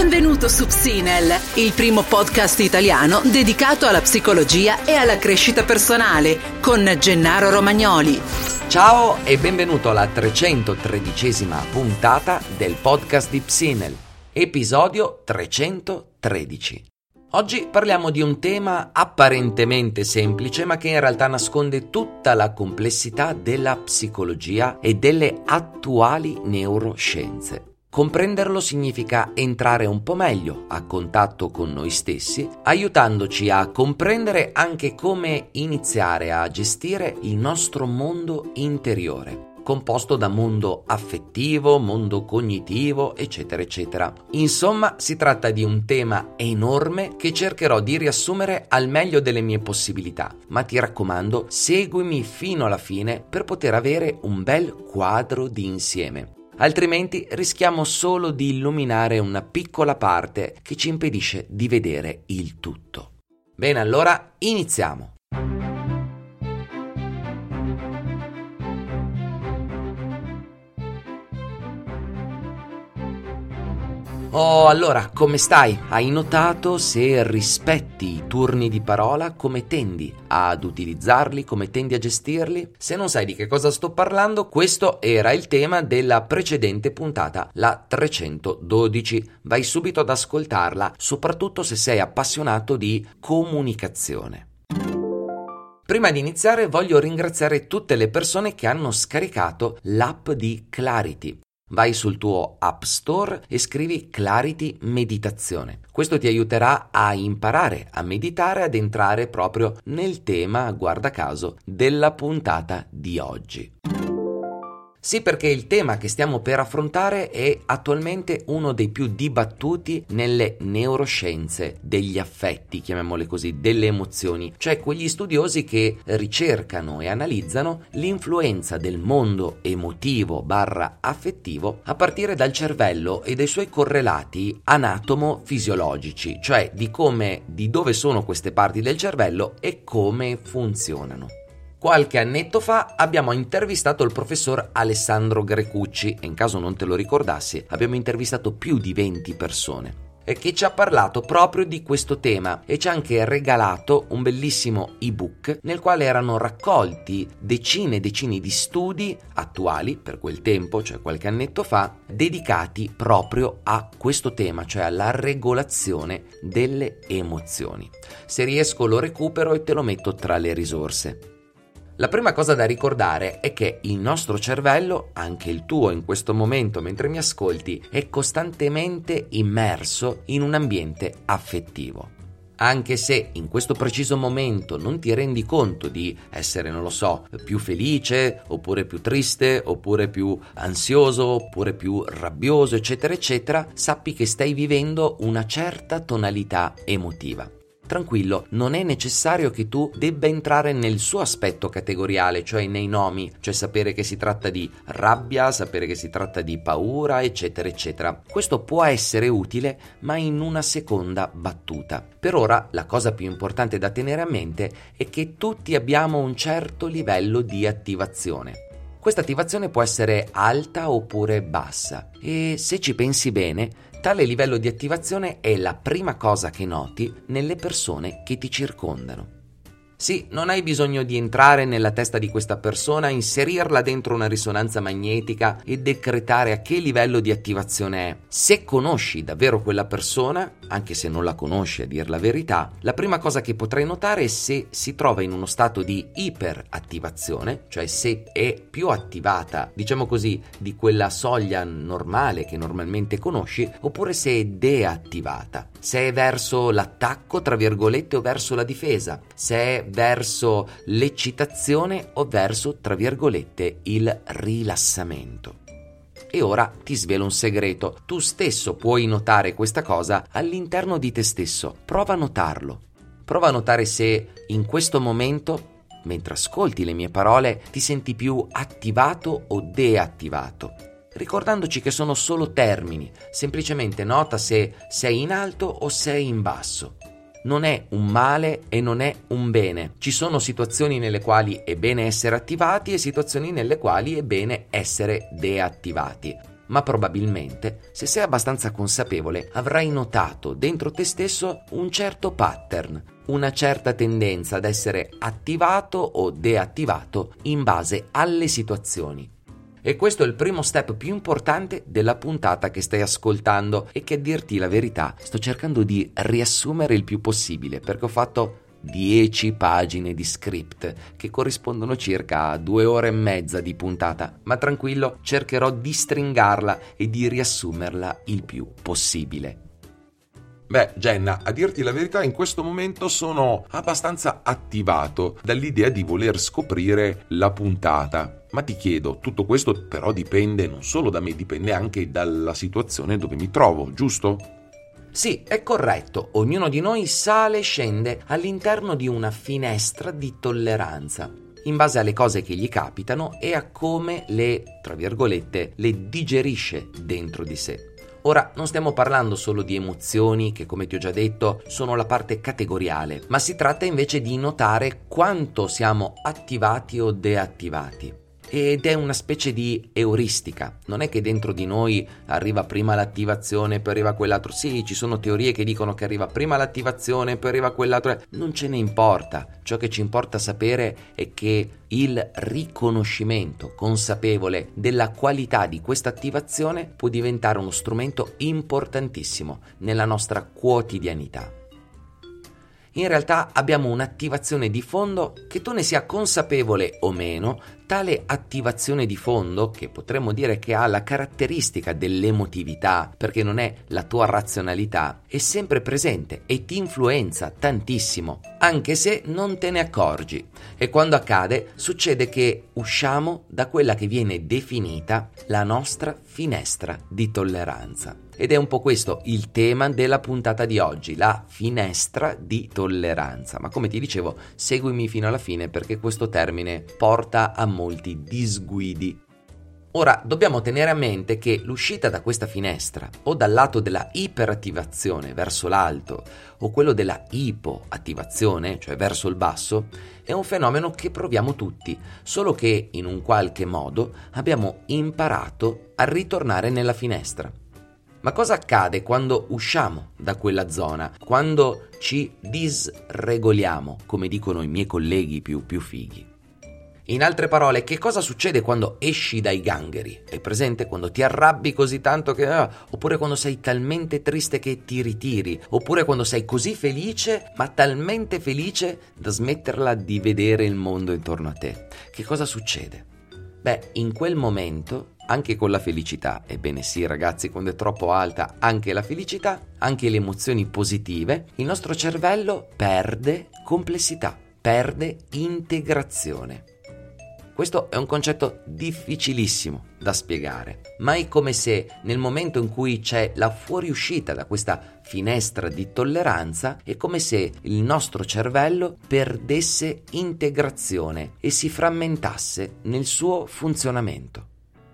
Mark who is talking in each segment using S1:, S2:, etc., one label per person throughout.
S1: Benvenuto su Psinel, il primo podcast italiano dedicato alla psicologia e alla crescita personale, con Gennaro Romagnoli.
S2: Ciao e benvenuto alla 313esima puntata del podcast di Psinel, episodio 313. Oggi parliamo di un tema apparentemente semplice, ma che in realtà nasconde tutta la complessità della psicologia e delle attuali neuroscienze. Comprenderlo significa entrare un po' meglio a contatto con noi stessi, aiutandoci a comprendere anche come iniziare a gestire il nostro mondo interiore, composto da mondo affettivo, mondo cognitivo, eccetera, eccetera. Insomma, si tratta di un tema enorme che cercherò di riassumere al meglio delle mie possibilità, ma ti raccomando, seguimi fino alla fine per poter avere un bel quadro di insieme. Altrimenti rischiamo solo di illuminare una piccola parte che ci impedisce di vedere il tutto. Bene, allora iniziamo. Oh, allora, come stai? Hai notato se rispetti i turni di parola, come tendi ad utilizzarli, come tendi a gestirli? Se non sai di che cosa sto parlando, questo era il tema della precedente puntata, la 312. Vai subito ad ascoltarla, soprattutto se sei appassionato di comunicazione. Prima di iniziare voglio ringraziare tutte le persone che hanno scaricato l'app di Clarity. Vai sul tuo App Store e scrivi Clarity Meditazione. Questo ti aiuterà a imparare a meditare, ad entrare proprio nel tema, guarda caso, della puntata di oggi. Sì, perché il tema che stiamo per affrontare è attualmente uno dei più dibattuti nelle neuroscienze degli affetti, chiamiamole così, delle emozioni, cioè quegli studiosi che ricercano e analizzano l'influenza del mondo emotivo/affettivo a partire dal cervello e dai suoi correlati anatomo-fisiologici, cioè di dove sono queste parti del cervello e come funzionano. Qualche annetto fa abbiamo intervistato il professor Alessandro Grecucci e in caso non te lo ricordassi abbiamo intervistato più di 20 persone e che ci ha parlato proprio di questo tema e ci ha anche regalato un bellissimo ebook nel quale erano raccolti decine e decine di studi attuali per quel tempo, cioè qualche annetto fa, dedicati proprio a questo tema, cioè alla regolazione delle emozioni. Se riesco lo recupero e te lo metto tra le risorse. La prima cosa da ricordare è che il nostro cervello, anche il tuo in questo momento mentre mi ascolti, è costantemente immerso in un ambiente affettivo. Anche se in questo preciso momento non ti rendi conto di essere, non lo so, più felice, oppure più triste, oppure più ansioso, oppure più rabbioso, eccetera, eccetera, sappi che stai vivendo una certa tonalità emotiva. Tranquillo, non è necessario che tu debba entrare nel suo aspetto categoriale, cioè nei nomi, cioè sapere che si tratta di rabbia, sapere che si tratta di paura, eccetera, eccetera. Questo può essere utile, ma in una seconda battuta. Per ora, la cosa più importante da tenere a mente è che tutti abbiamo un certo livello di attivazione. Questa attivazione può essere alta oppure bassa e se ci pensi bene, tale livello di attivazione è la prima cosa che noti nelle persone che ti circondano. Sì, non hai bisogno di entrare nella testa di questa persona, inserirla dentro una risonanza magnetica e decretare a che livello di attivazione è. Se conosci davvero quella persona, anche se non la conosci a dir la verità, la prima cosa che potrai notare è se si trova in uno stato di iperattivazione, cioè se è più attivata, diciamo così, di quella soglia normale che normalmente conosci, oppure se è deattivata, se è verso l'attacco, tra virgolette, o verso la difesa, se è verso l'eccitazione o verso, tra virgolette, il rilassamento. E ora ti svelo un segreto. Tu stesso puoi notare questa cosa all'interno di te stesso. Prova a notarlo. Prova a notare se in questo momento, mentre ascolti le mie parole, ti senti più attivato o deattivato. Ricordandoci che sono solo termini. Semplicemente nota se sei in alto o sei in basso. Non è un male e non è un bene. Ci sono situazioni nelle quali è bene essere attivati e situazioni nelle quali è bene essere deattivati. ma probabilmente, se sei abbastanza consapevole, avrai notato dentro te stesso un certo pattern, una certa tendenza ad essere attivato o deattivato in base alle situazioni. E questo è il primo step più importante della puntata che stai ascoltando e che, a dirti la verità, sto cercando di riassumere il più possibile, perché ho fatto 10 pagine di script che corrispondono circa a 2 ore e mezza di puntata, ma tranquillo, cercherò di stringarla e di riassumerla il più possibile.
S3: Beh, Jenna, a dirti la verità, in questo momento sono abbastanza attivato dall'idea di voler scoprire la puntata. Ma ti chiedo, tutto questo però dipende non solo da me, dipende anche dalla situazione dove mi trovo, giusto?
S2: Sì, è corretto. Ognuno di noi sale e scende all'interno di una finestra di tolleranza, in base alle cose che gli capitano e a come le, tra virgolette, le digerisce dentro di sé. Ora, non stiamo parlando solo di emozioni che, come ti ho già detto, sono la parte categoriale, ma si tratta invece di notare quanto siamo attivati o deattivati. Ed è una specie di euristica. Non è che dentro di noi arriva prima l'attivazione, poi arriva quell'altro. Sì, ci sono teorie che dicono che arriva prima l'attivazione, poi arriva quell'altro. Non ce ne importa. Ciò che ci importa sapere è che il riconoscimento consapevole della qualità di questa attivazione può diventare uno strumento importantissimo nella nostra quotidianità. In realtà abbiamo un'attivazione di fondo che tu ne sia consapevole o meno, tale attivazione di fondo, che potremmo dire che ha la caratteristica dell'emotività, perché non è la tua razionalità, è sempre presente e ti influenza tantissimo, anche se non te ne accorgi. E quando accade, succede che usciamo da quella che viene definita la nostra finestra di tolleranza. Ed è un po' questo il tema della puntata di oggi, la finestra di tolleranza. Ma come ti dicevo, seguimi fino alla fine perché questo termine porta a molti disguidi. Ora, dobbiamo tenere a mente che l'uscita da questa finestra, o dal lato della iperattivazione verso l'alto, o quello della ipoattivazione, cioè verso il basso, è un fenomeno che proviamo tutti, solo che in un qualche modo abbiamo imparato a ritornare nella finestra. Ma cosa accade quando usciamo da quella zona, quando ci disregoliamo, come dicono i miei colleghi più fighi? In altre parole, che cosa succede quando esci dai gangheri? È presente quando ti arrabbi così tanto che... oppure quando sei talmente triste che ti ritiri? Oppure quando sei così felice, ma talmente felice da smetterla di vedere il mondo intorno a te? Che cosa succede? Beh, in quel momento... Anche con la felicità, ebbene sì ragazzi, quando è troppo alta anche la felicità, anche le emozioni positive, il nostro cervello perde complessità, perde integrazione. Questo è un concetto difficilissimo da spiegare, ma è come se nel momento in cui c'è la fuoriuscita da questa finestra di tolleranza, è come se il nostro cervello perdesse integrazione e si frammentasse nel suo funzionamento.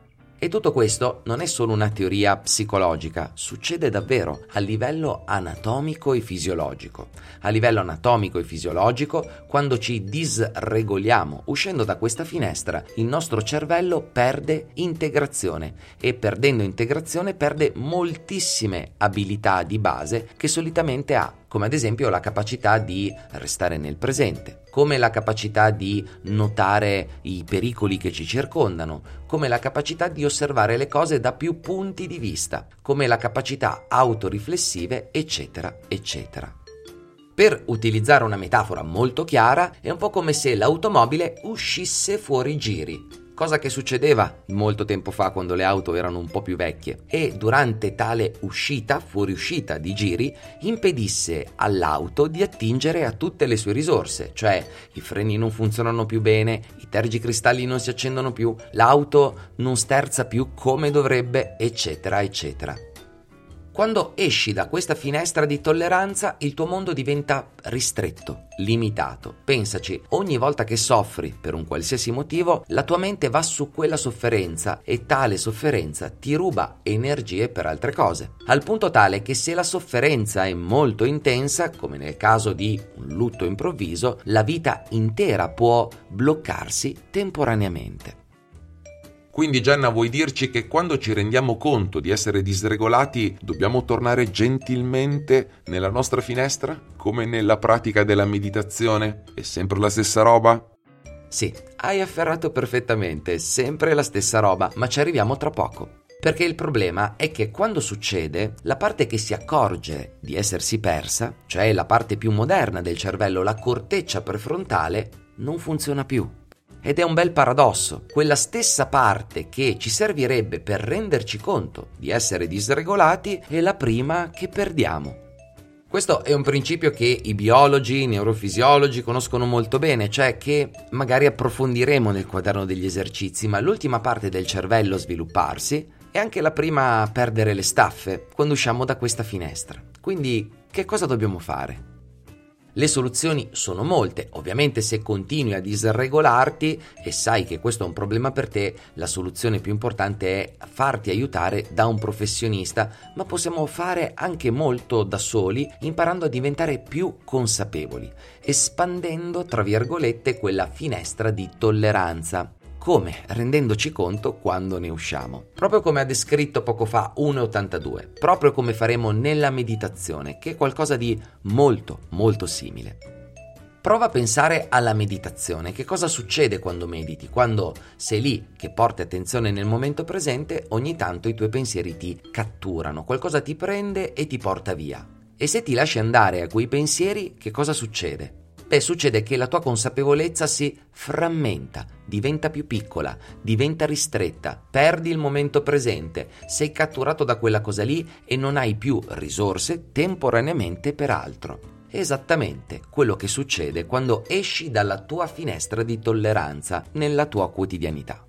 S2: E tutto questo non è solo una teoria psicologica, succede davvero a livello anatomico e fisiologico. A livello anatomico e fisiologico, quando ci disregoliamo uscendo da questa finestra, il nostro cervello perde integrazione e perdendo integrazione perde moltissime abilità di base che solitamente ha, come ad esempio la capacità di restare nel presente, come la capacità di notare i pericoli che ci circondano, come la capacità di osservare le cose da più punti di vista, come la capacità autoriflessive, eccetera, eccetera. Per utilizzare una metafora molto chiara, è un po' come se l'automobile uscisse fuori giri. Cosa che succedeva molto tempo fa quando le auto erano un po' più vecchie e durante tale fuoriuscita di giri impedisse all'auto di attingere a tutte le sue risorse, cioè i freni non funzionano più bene, i tergicristalli non si accendono più, l'auto non sterza più come dovrebbe, eccetera, eccetera. Quando esci da questa finestra di tolleranza, il tuo mondo diventa ristretto, limitato. Pensaci, ogni volta che soffri per un qualsiasi motivo, la tua mente va su quella sofferenza e tale sofferenza ti ruba energie per altre cose. Al punto tale che se la sofferenza è molto intensa, come nel caso di un lutto improvviso, la vita intera può bloccarsi temporaneamente.
S3: Quindi Gianna, vuoi dirci che quando ci rendiamo conto di essere disregolati dobbiamo tornare gentilmente nella nostra finestra? Come nella pratica della meditazione? È sempre la stessa roba?
S2: Sì, hai afferrato perfettamente, sempre la stessa roba, ma ci arriviamo tra poco. Perché il problema è che quando succede, la parte che si accorge di essersi persa, cioè la parte più moderna del cervello, la corteccia prefrontale, non funziona più. Ed è un bel paradosso, quella stessa parte che ci servirebbe per renderci conto di essere disregolati è la prima che perdiamo. Questo è un principio che i biologi, i neurofisiologi conoscono molto bene, cioè che magari approfondiremo nel quaderno degli esercizi, ma l'ultima parte del cervello a svilupparsi è anche la prima a perdere le staffe quando usciamo da questa finestra. Quindi che cosa dobbiamo fare? Le soluzioni sono molte, ovviamente se continui a disregolarti e sai che questo è un problema per te, la soluzione più importante è farti aiutare da un professionista, ma possiamo fare anche molto da soli imparando a diventare più consapevoli, espandendo tra virgolette quella finestra di tolleranza. Come? Rendendoci conto quando ne usciamo. Proprio come ha descritto poco fa 1,82, proprio come faremo nella meditazione, che è qualcosa di molto, molto simile. Prova a pensare alla meditazione. Che cosa succede quando mediti? Quando sei lì che porti attenzione nel momento presente, ogni tanto i tuoi pensieri ti catturano, qualcosa ti prende e ti porta via. E se ti lasci andare a quei pensieri, che cosa succede? Succede che la tua consapevolezza si frammenta, diventa più piccola, diventa ristretta, perdi il momento presente, sei catturato da quella cosa lì e non hai più risorse temporaneamente per altro. Esattamente quello che succede quando esci dalla tua finestra di tolleranza nella tua quotidianità.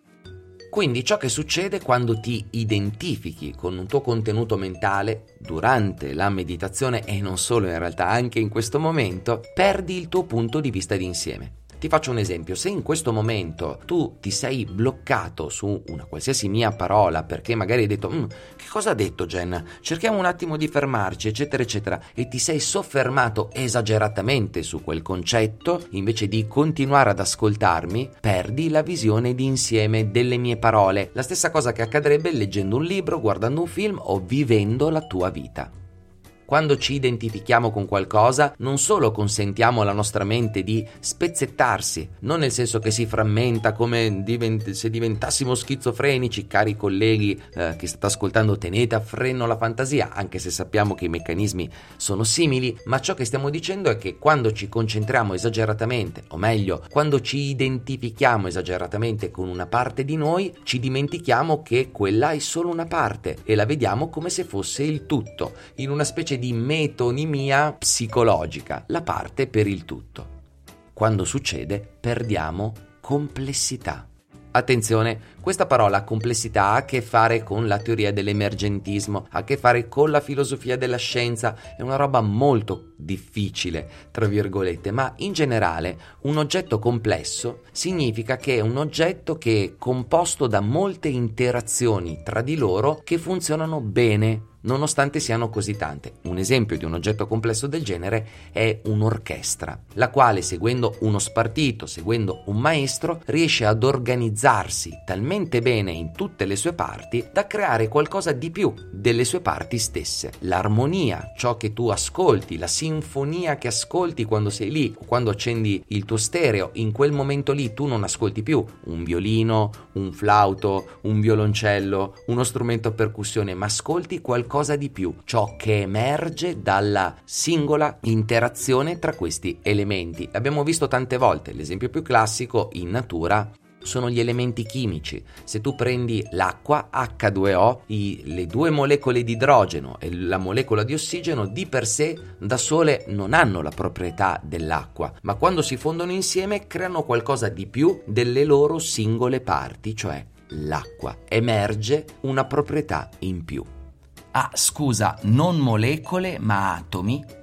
S2: Quindi ciò che succede quando ti identifichi con un tuo contenuto mentale durante la meditazione e non solo in realtà anche in questo momento, perdi il tuo punto di vista d'insieme. Ti faccio un esempio, se in questo momento tu ti sei bloccato su una qualsiasi mia parola perché magari hai detto che cosa ha detto Jenna? Cerchiamo un attimo di fermarci eccetera eccetera e ti sei soffermato esageratamente su quel concetto invece di continuare ad ascoltarmi, perdi la visione d'insieme delle mie parole. La stessa cosa che accadrebbe leggendo un libro, guardando un film o vivendo la tua vita. Quando ci identifichiamo con qualcosa, non solo consentiamo alla nostra mente di spezzettarsi, non nel senso che si frammenta come se diventassimo schizofrenici, cari colleghi che state ascoltando, tenete a freno la fantasia, anche se sappiamo che i meccanismi sono simili, ma ciò che stiamo dicendo è che quando ci concentriamo esageratamente, o meglio, quando ci identifichiamo esageratamente con una parte di noi, ci dimentichiamo che quella è solo una parte e la vediamo come se fosse il tutto, in una specie di metonimia psicologica, la parte per il tutto. Quando succede, perdiamo complessità. Attenzione, questa parola complessità ha a che fare con la teoria dell'emergentismo, ha a che fare con la filosofia della scienza, è una roba molto difficile, tra virgolette, ma in generale un oggetto complesso significa che è un oggetto che è composto da molte interazioni tra di loro che funzionano bene, nonostante siano così tante. Un esempio di un oggetto complesso del genere è un'orchestra, la quale seguendo uno spartito, seguendo un maestro, riesce ad organizzarsi talmente bene in tutte le sue parti da creare qualcosa di più delle sue parti stesse. L'armonia, ciò che tu ascolti, la sinfonia che ascolti quando sei lì, o quando accendi il tuo stereo, in quel momento lì tu non ascolti più un violino, un flauto, un violoncello, uno strumento a percussione, ma ascolti qualcosa di più, ciò che emerge dalla singola interazione tra questi elementi. Abbiamo visto tante volte, l'esempio più classico in natura sono gli elementi chimici. Se tu prendi l'acqua H2O, le due molecole di idrogeno e la molecola di ossigeno di per sé da sole non hanno la proprietà dell'acqua, ma quando si fondono insieme creano qualcosa di più delle loro singole parti, cioè l'acqua. Emerge una proprietà in più. Ah, scusa, non molecole ma atomi?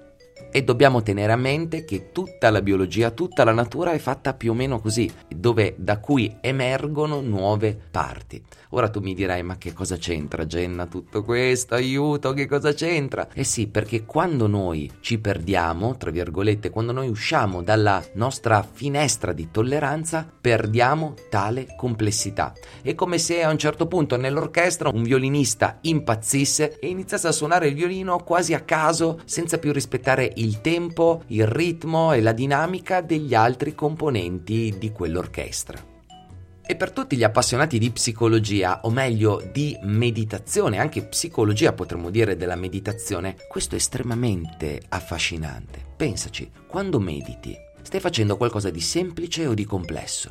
S2: E dobbiamo tenere a mente che tutta la biologia, tutta la natura è fatta più o meno così, da cui emergono nuove parti. Ora tu mi dirai, ma che cosa c'entra, Jenna, tutto questo? Aiuto, che cosa c'entra? Eh sì, perché quando noi ci perdiamo, tra virgolette, quando noi usciamo dalla nostra finestra di tolleranza, perdiamo tale complessità. È come se a un certo punto nell'orchestra un violinista impazzisse e iniziasse a suonare il violino quasi a caso, senza più rispettare il tempo, il ritmo e la dinamica degli altri componenti di quell'orchestra. E per tutti gli appassionati di psicologia, o meglio di meditazione, anche psicologia potremmo dire della meditazione, questo è estremamente affascinante. Pensaci, quando mediti, stai facendo qualcosa di semplice o di complesso?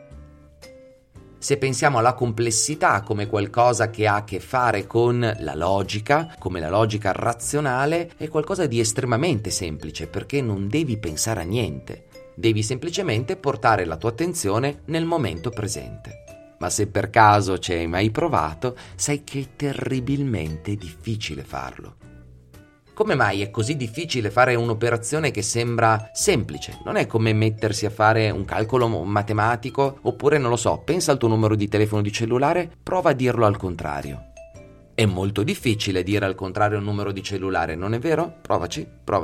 S2: Se pensiamo alla complessità come qualcosa che ha a che fare con la logica, come la logica razionale, è qualcosa di estremamente semplice perché non devi pensare a niente. Devi semplicemente portare la tua attenzione nel momento presente. Ma se per caso ci hai mai provato, sai che è terribilmente difficile farlo. Come mai è così difficile fare un'operazione che sembra semplice? Non è come mettersi a fare un calcolo matematico, oppure non lo so, pensa al tuo numero di telefono di cellulare, prova a dirlo al contrario. È molto difficile dire al contrario un numero di cellulare, non è vero? Provaci.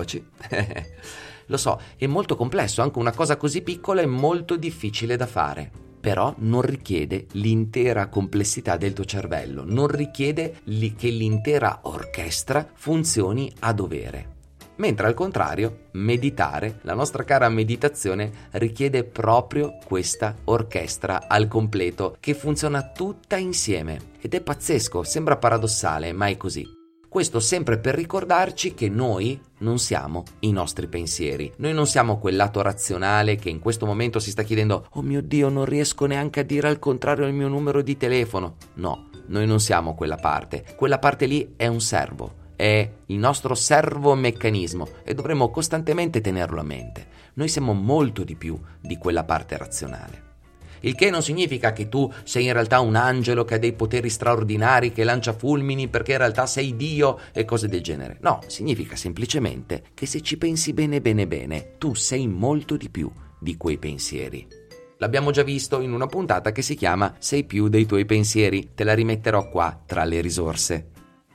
S2: Lo so, è molto complesso, anche una cosa così piccola è molto difficile da fare. Però non richiede l'intera complessità del tuo cervello, non richiede che l'intera orchestra funzioni a dovere. Mentre al contrario, meditare, la nostra cara meditazione, richiede proprio questa orchestra al completo, che funziona tutta insieme. Ed è pazzesco, sembra paradossale, ma è così. Questo sempre per ricordarci che noi non siamo i nostri pensieri. Noi non siamo quel lato razionale che in questo momento si sta chiedendo «Oh mio Dio, non riesco neanche a dire al contrario il mio numero di telefono». No, noi non siamo quella parte. Quella parte lì è un servo. È il nostro servomeccanismo e dovremo costantemente tenerlo a mente. Noi siamo molto di più di quella parte razionale. Il che non significa che tu sei in realtà un angelo che ha dei poteri straordinari, che lancia fulmini perché in realtà sei Dio e cose del genere. No, significa semplicemente che se ci pensi bene, tu sei molto di più di quei pensieri. L'abbiamo già visto in una puntata che si chiama Sei più dei tuoi pensieri. Te la rimetterò qua tra le risorse.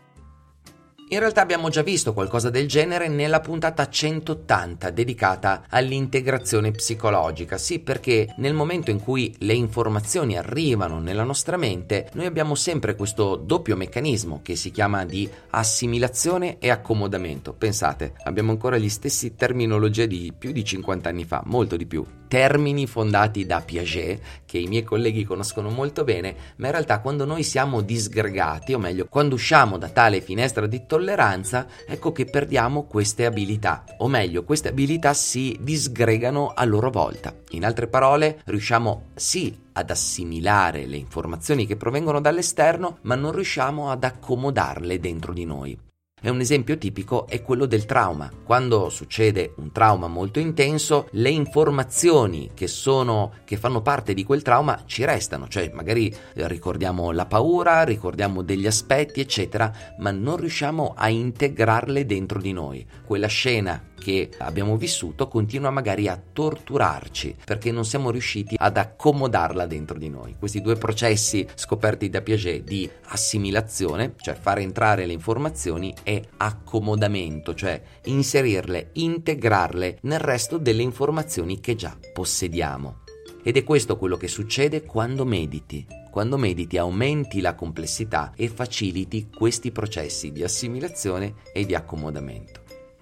S2: In realtà abbiamo già visto qualcosa del genere nella puntata 180 dedicata all'integrazione psicologica. Sì, perché nel momento in cui le informazioni arrivano nella nostra mente, noi abbiamo sempre questo doppio meccanismo che si chiama di assimilazione e accomodamento. Pensate, abbiamo ancora gli stessi terminologie di più di 50 anni fa, molto di più. Termini fondati da Piaget, che i miei colleghi conoscono molto bene, ma in realtà quando noi siamo disgregati, o meglio, quando usciamo da tale finestra di tolleranza, ecco che perdiamo queste abilità, o meglio, queste abilità si disgregano a loro volta. In altre parole, riusciamo sì ad assimilare le informazioni che provengono dall'esterno, ma non riusciamo ad accomodarle dentro di noi. E un esempio tipico è quello del trauma. Quando succede un trauma molto intenso, le informazioni che fanno parte di quel trauma ci restano, cioè magari ricordiamo la paura, ricordiamo degli aspetti, eccetera, ma non riusciamo a integrarle dentro di noi. Quella scena che abbiamo vissuto continua magari a torturarci perché non siamo riusciti ad accomodarla dentro di noi. Questi due processi scoperti da Piaget di assimilazione, cioè fare entrare le informazioni, e accomodamento, cioè inserirle, integrarle nel resto delle informazioni che già possediamo. Ed è questo quello che succede quando mediti. Quando mediti aumenti la complessità e faciliti questi processi di assimilazione e di accomodamento.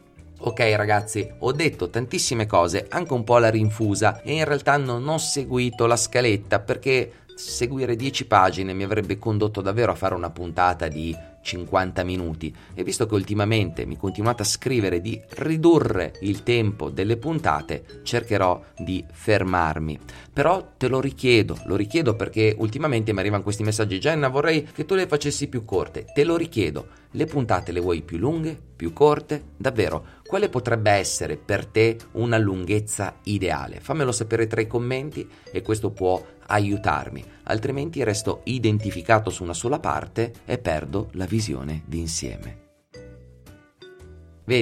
S2: Ok ragazzi, ho detto tantissime cose, anche un po' alla rinfusa, e in realtà non ho seguito la scaletta perché seguire 10 pagine mi avrebbe condotto davvero a fare una puntata di 50 minuti, e visto che ultimamente mi continuate a scrivere di ridurre il tempo delle puntate, cercherò di fermarmi. Però te lo richiedo perché ultimamente mi arrivano questi messaggi: Jenna, vorrei che tu le facessi più corte. Te lo richiedo, le puntate le vuoi più lunghe, più corte? Davvero, quale potrebbe essere per te una lunghezza ideale? Fammelo sapere tra i commenti e questo può aiutarmi, altrimenti resto identificato su una sola parte e perdo la visione d'insieme. Vedi?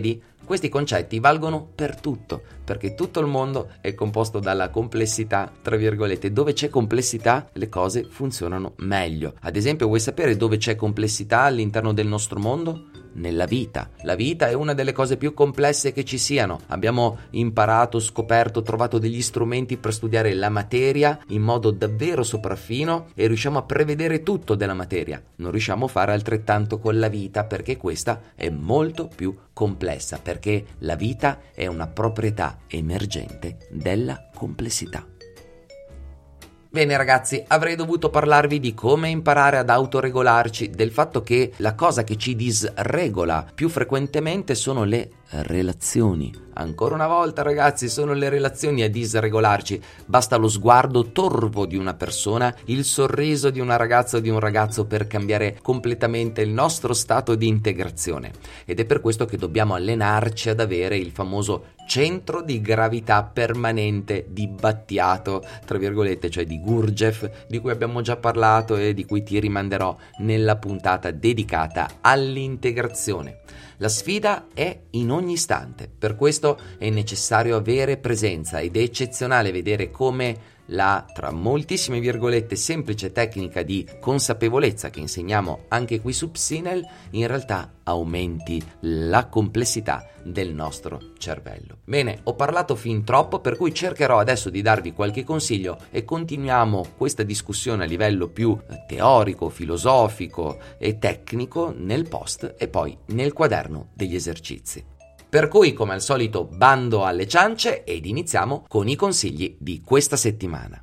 S2: Questi concetti valgono per tutto, perché tutto il mondo è composto dalla complessità, tra virgolette. Dove c'è complessità, le cose funzionano meglio. Ad esempio, vuoi sapere dove c'è complessità all'interno del nostro mondo? Nella vita. La vita è una delle cose più complesse che ci siano. Abbiamo imparato, scoperto, trovato degli strumenti per studiare la materia in modo davvero sopraffino e riusciamo a prevedere tutto della materia. Non riusciamo a fare altrettanto con la vita, perché questa è molto più complessa, perché la vita è una proprietà emergente della complessità. Bene ragazzi, avrei dovuto parlarvi di come imparare ad autoregolarci, del fatto che la cosa che ci disregola più frequentemente sono le relazioni. Ancora una volta ragazzi, sono le relazioni a disregolarci. Basta lo sguardo torvo di una persona, il sorriso di una ragazza o di un ragazzo per cambiare completamente il nostro stato di integrazione. Ed è per questo che dobbiamo allenarci ad avere il famoso centro di gravità permanente di Battiato, tra virgolette, cioè di Gurdjieff, di cui abbiamo già parlato e di cui ti rimanderò nella puntata dedicata all'integrazione. La sfida è in ogni istante, per questo è necessario avere presenza ed è eccezionale vedere come la, tra moltissime virgolette, semplice tecnica di consapevolezza che insegniamo anche qui su Psinel in realtà aumenti la complessità del nostro cervello. Bene, ho parlato fin troppo, per cui cercherò adesso di darvi qualche consiglio e continuiamo questa discussione a livello più teorico, filosofico e tecnico nel post e poi nel quaderno degli esercizi. Per cui, come al solito, bando alle ciance ed iniziamo con i consigli di questa settimana.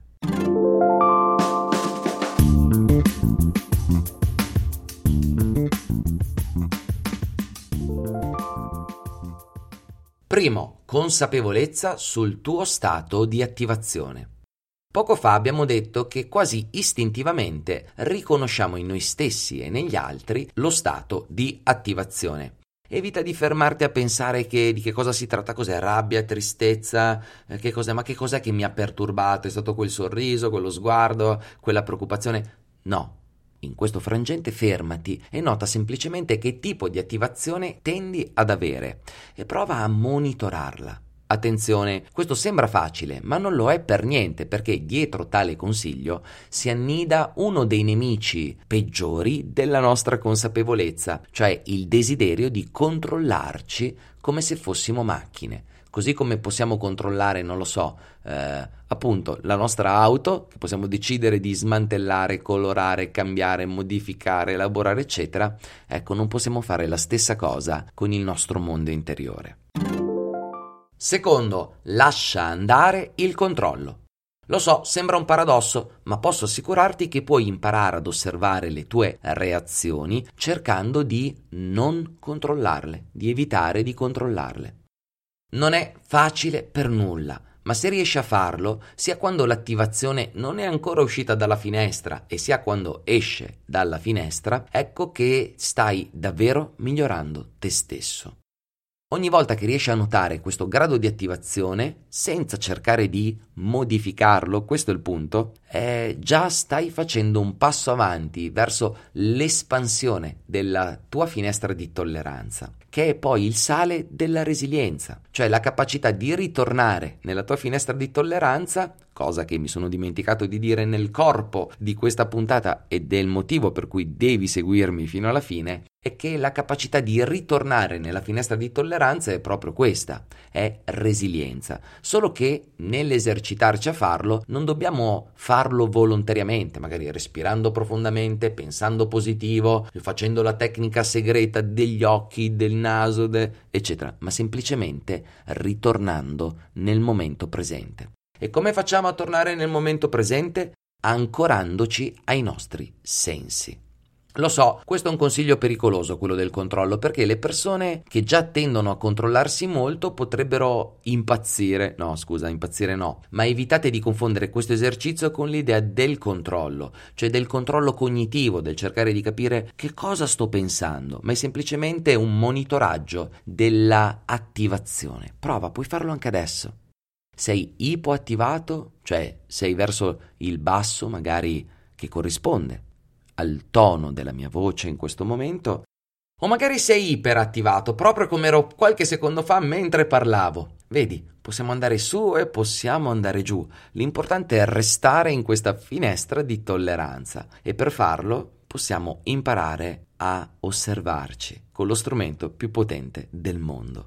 S2: Primo, consapevolezza sul tuo stato di attivazione. Poco fa abbiamo detto che quasi istintivamente riconosciamo in noi stessi e negli altri lo stato di attivazione. Evita di fermarti a pensare di che cosa si tratta, cos'è rabbia, tristezza, che cos'è che mi ha perturbato, è stato quel sorriso, quello sguardo, quella preoccupazione. No, in questo frangente fermati e nota semplicemente che tipo di attivazione tendi ad avere e prova a monitorarla. Attenzione, questo sembra facile, ma non lo è per niente, perché dietro tale consiglio si annida uno dei nemici peggiori della nostra consapevolezza, cioè il desiderio di controllarci come se fossimo macchine. Così come possiamo controllare, non lo so, appunto la nostra auto, che possiamo decidere di smantellare, colorare, cambiare, modificare, elaborare, eccetera, ecco, non possiamo fare la stessa cosa con il nostro mondo interiore. Secondo, lascia andare il controllo. Lo so, sembra un paradosso, ma posso assicurarti che puoi imparare ad osservare le tue reazioni cercando di non controllarle, di evitare di controllarle. Non è facile per nulla, ma se riesci a farlo, sia quando l'attivazione non è ancora uscita dalla finestra e sia quando esce dalla finestra, ecco che stai davvero migliorando te stesso. Ogni volta che riesci a notare questo grado di attivazione, senza cercare di modificarlo, questo è il punto, già stai facendo un passo avanti verso l'espansione della tua finestra di tolleranza, che è poi il sale della resilienza, cioè la capacità di ritornare nella tua finestra di tolleranza, cosa che mi sono dimenticato di dire nel corpo di questa puntata ed è il motivo per cui devi seguirmi fino alla fine, è che la capacità di ritornare nella finestra di tolleranza è proprio questa, è resilienza. Solo che nell'esercitarci a farlo non dobbiamo farlo volontariamente, magari respirando profondamente, pensando positivo, facendo la tecnica segreta degli occhi, del naso, eccetera, ma semplicemente ritornando nel momento presente. E come facciamo a tornare nel momento presente? Ancorandoci ai nostri sensi. Lo so, questo è un consiglio pericoloso, quello del controllo, perché le persone che già tendono a controllarsi molto potrebbero impazzire no, ma evitate di confondere questo esercizio con l'idea del controllo, cioè del controllo cognitivo, del cercare di capire che cosa sto pensando, ma è semplicemente un monitoraggio della attivazione. Prova, puoi farlo anche adesso. Sei ipoattivato, cioè sei verso il basso, magari che corrisponde al tono della mia voce in questo momento, O magari sei iperattivato, proprio come ero qualche secondo fa mentre parlavo. Vedi, possiamo andare su e possiamo andare giù. L'importante è restare in questa finestra di tolleranza e per farlo possiamo imparare a osservarci con lo strumento più potente del mondo.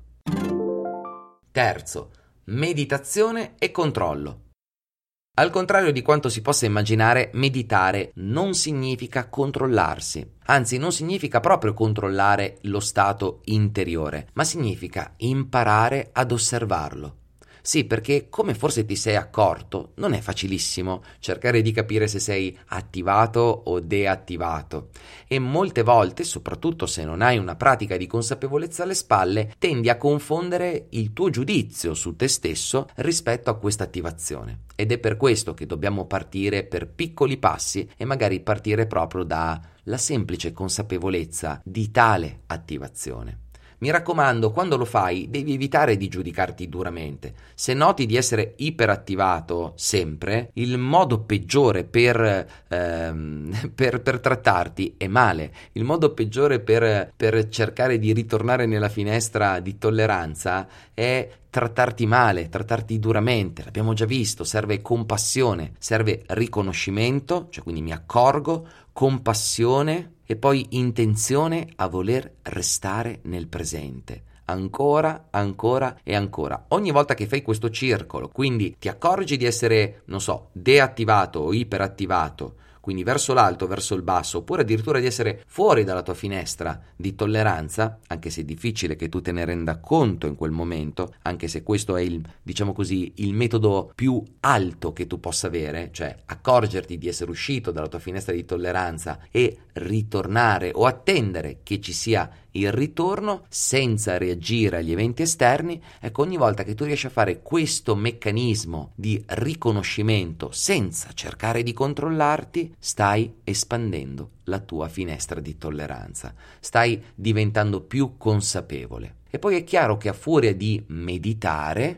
S2: Terzo, meditazione e controllo. Al contrario di quanto si possa immaginare, meditare non significa controllarsi, anzi non significa proprio controllare lo stato interiore, ma significa imparare ad osservarlo. Sì, perché come forse ti sei accorto, non è facilissimo cercare di capire se sei attivato o deattivato e molte volte, soprattutto se non hai una pratica di consapevolezza alle spalle, tendi a confondere il tuo giudizio su te stesso rispetto a questa attivazione. Ed è per questo che dobbiamo partire per piccoli passi e magari partire proprio dalla semplice consapevolezza di tale attivazione. Mi raccomando, quando lo fai devi evitare di giudicarti duramente. Se noti di essere iperattivato sempre, il modo peggiore per trattarti è male. Il modo peggiore per cercare di ritornare nella finestra di tolleranza è trattarti male, trattarti duramente. L'abbiamo già visto, serve compassione, serve riconoscimento, cioè quindi mi accorgo, compassione e poi intenzione a voler restare nel presente. Ancora, ancora e ancora. Ogni volta che fai questo circolo, quindi ti accorgi di essere, non so, deattivato o iperattivato, quindi verso l'alto, verso il basso, oppure addirittura di essere fuori dalla tua finestra di tolleranza, anche se è difficile che tu te ne renda conto in quel momento, anche se questo è il metodo più alto che tu possa avere, cioè accorgerti di essere uscito dalla tua finestra di tolleranza e ritornare o attendere che ci sia il ritorno senza reagire agli eventi esterni. Ecco, ogni volta che tu riesci a fare questo meccanismo di riconoscimento senza cercare di controllarti, stai espandendo la tua finestra di tolleranza, stai diventando più consapevole. E poi è chiaro che a furia di meditare,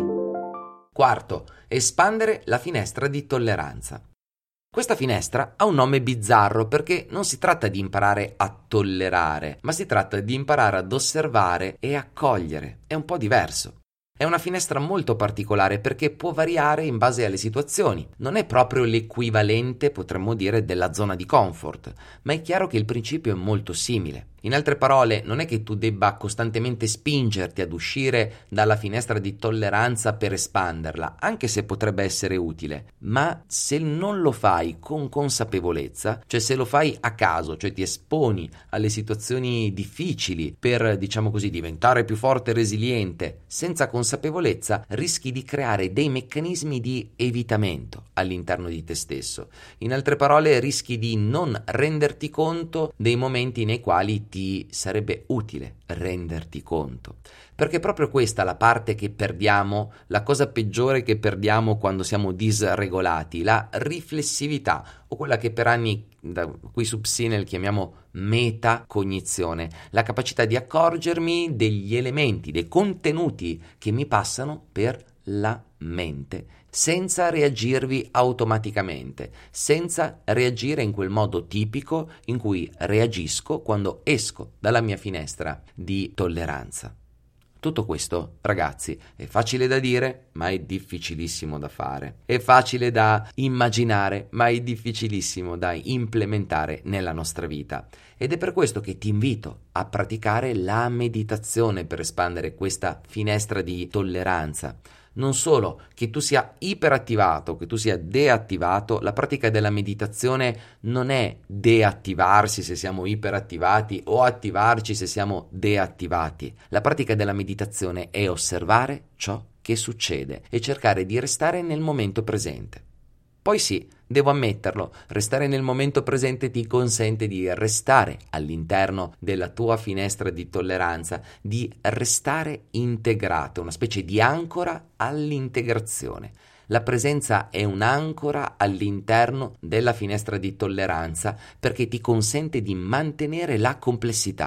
S2: quarto, espandere la finestra di tolleranza. Questa finestra ha un nome bizzarro perché non si tratta di imparare a tollerare, ma si tratta di imparare ad osservare e accogliere. È un po' diverso. È una finestra molto particolare perché può variare in base alle situazioni. Non è proprio l'equivalente, potremmo dire, della zona di comfort, ma è chiaro che il principio è molto simile. In altre parole, non è che tu debba costantemente spingerti ad uscire dalla finestra di tolleranza per espanderla, anche se potrebbe essere utile, ma se non lo fai con consapevolezza, cioè se lo fai a caso, cioè ti esponi alle situazioni difficili per, diciamo così, diventare più forte e resiliente, senza consapevolezza, rischi di creare dei meccanismi di evitamento all'interno di te stesso. In altre parole, rischi di non renderti conto dei momenti nei quali ti sarebbe utile renderti conto, perché è proprio questa la parte che perdiamo, la cosa peggiore che perdiamo quando siamo disregolati, la riflessività, o quella che per anni da qui su Psinel chiamiamo metacognizione, la capacità di accorgermi degli elementi, dei contenuti che mi passano per la mente, senza reagirvi automaticamente, senza reagire in quel modo tipico in cui reagisco quando esco dalla mia finestra di tolleranza. Tutto questo, ragazzi, è facile da dire, ma è difficilissimo da fare. È facile da immaginare, ma è difficilissimo da implementare nella nostra vita. Ed è per questo che ti invito a praticare la meditazione per espandere questa finestra di tolleranza. Non solo che tu sia iperattivato, che tu sia deattivato, la pratica della meditazione non è deattivarsi se siamo iperattivati o attivarci se siamo deattivati. La pratica della meditazione è osservare ciò che succede e cercare di restare nel momento presente. Poi sì, devo ammetterlo, restare nel momento presente ti consente di restare all'interno della tua finestra di tolleranza, di restare integrato, una specie di ancora all'integrazione. La presenza è un'ancora all'interno della finestra di tolleranza perché ti consente di mantenere la complessità.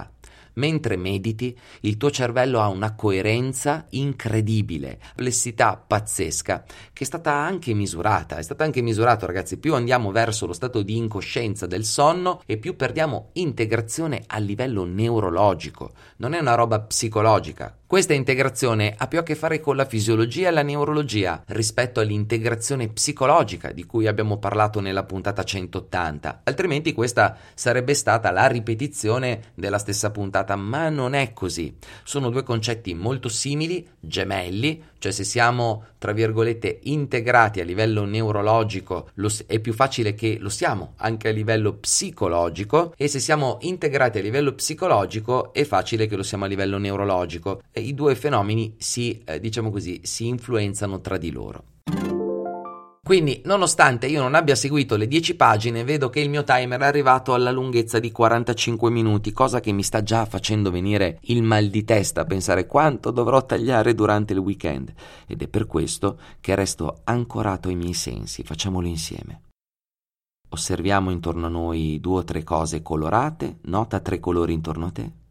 S2: Mentre mediti, il tuo cervello ha una coerenza incredibile, flessità pazzesca, che è stata anche misurata. È stato anche misurato, ragazzi, più andiamo verso lo stato di incoscienza del sonno e più perdiamo integrazione a livello neurologico. Non è una roba psicologica. Questa integrazione ha più a che fare con la fisiologia e la neurologia rispetto all'integrazione psicologica di cui abbiamo parlato nella puntata 180. Altrimenti questa sarebbe stata la ripetizione della stessa puntata, ma non è così. Sono due concetti molto simili, gemelli, cioè se siamo, tra virgolette, integrati a livello neurologico, è più facile che lo siamo anche a livello psicologico, e se siamo integrati a livello psicologico è facile che lo siamo a livello neurologico. E i due fenomeni si influenzano tra di loro. Quindi, nonostante io non abbia seguito le 10 pagine, vedo che il mio timer è arrivato alla lunghezza di 45 minuti, cosa che mi sta già facendo venire il mal di testa a pensare quanto dovrò tagliare durante il weekend. Ed è per questo che resto ancorato ai miei sensi. Facciamolo insieme. Osserviamo intorno a noi 2 o 3 cose colorate, nota 3 colori intorno a te.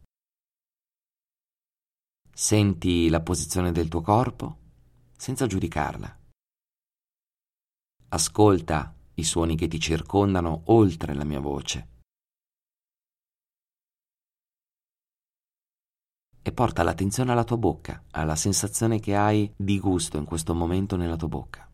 S2: Senti la posizione del tuo corpo senza giudicarla. Ascolta i suoni che ti circondano oltre la mia voce e porta l'attenzione alla tua bocca, alla sensazione che hai di gusto in questo momento nella tua bocca.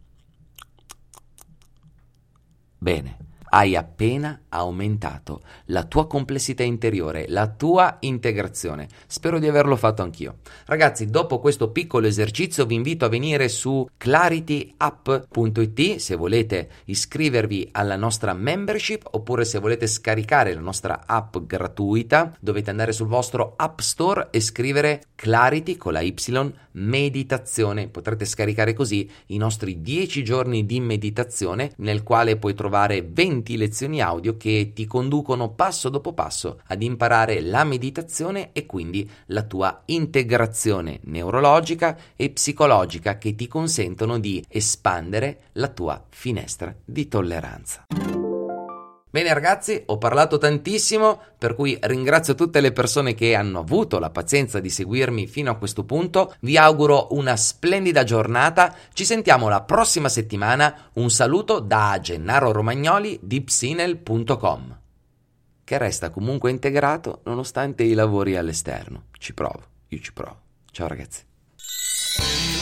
S2: Bene, hai appena aumentato la tua complessità interiore, la tua integrazione. Spero di averlo fatto anch'io. Ragazzi, dopo questo piccolo esercizio vi invito a venire su clarity.app.it se volete iscrivervi alla nostra membership, oppure se volete scaricare la nostra app gratuita dovete andare sul vostro App Store e scrivere Clarity con la Y meditazione. Potrete scaricare così i nostri 10 giorni di meditazione, nel quale puoi trovare 20 lezioni audio che ti conducono passo dopo passo ad imparare la meditazione e quindi la tua integrazione neurologica e psicologica, che ti consentono di espandere la tua finestra di tolleranza. Bene ragazzi, ho parlato tantissimo, per cui ringrazio tutte le persone che hanno avuto la pazienza di seguirmi fino a questo punto. Vi auguro una splendida giornata, ci sentiamo la prossima settimana. Un saluto da Gennaro Romagnoli di Psinel.com, che resta comunque integrato nonostante i lavori all'esterno. Io ci provo. Ciao ragazzi.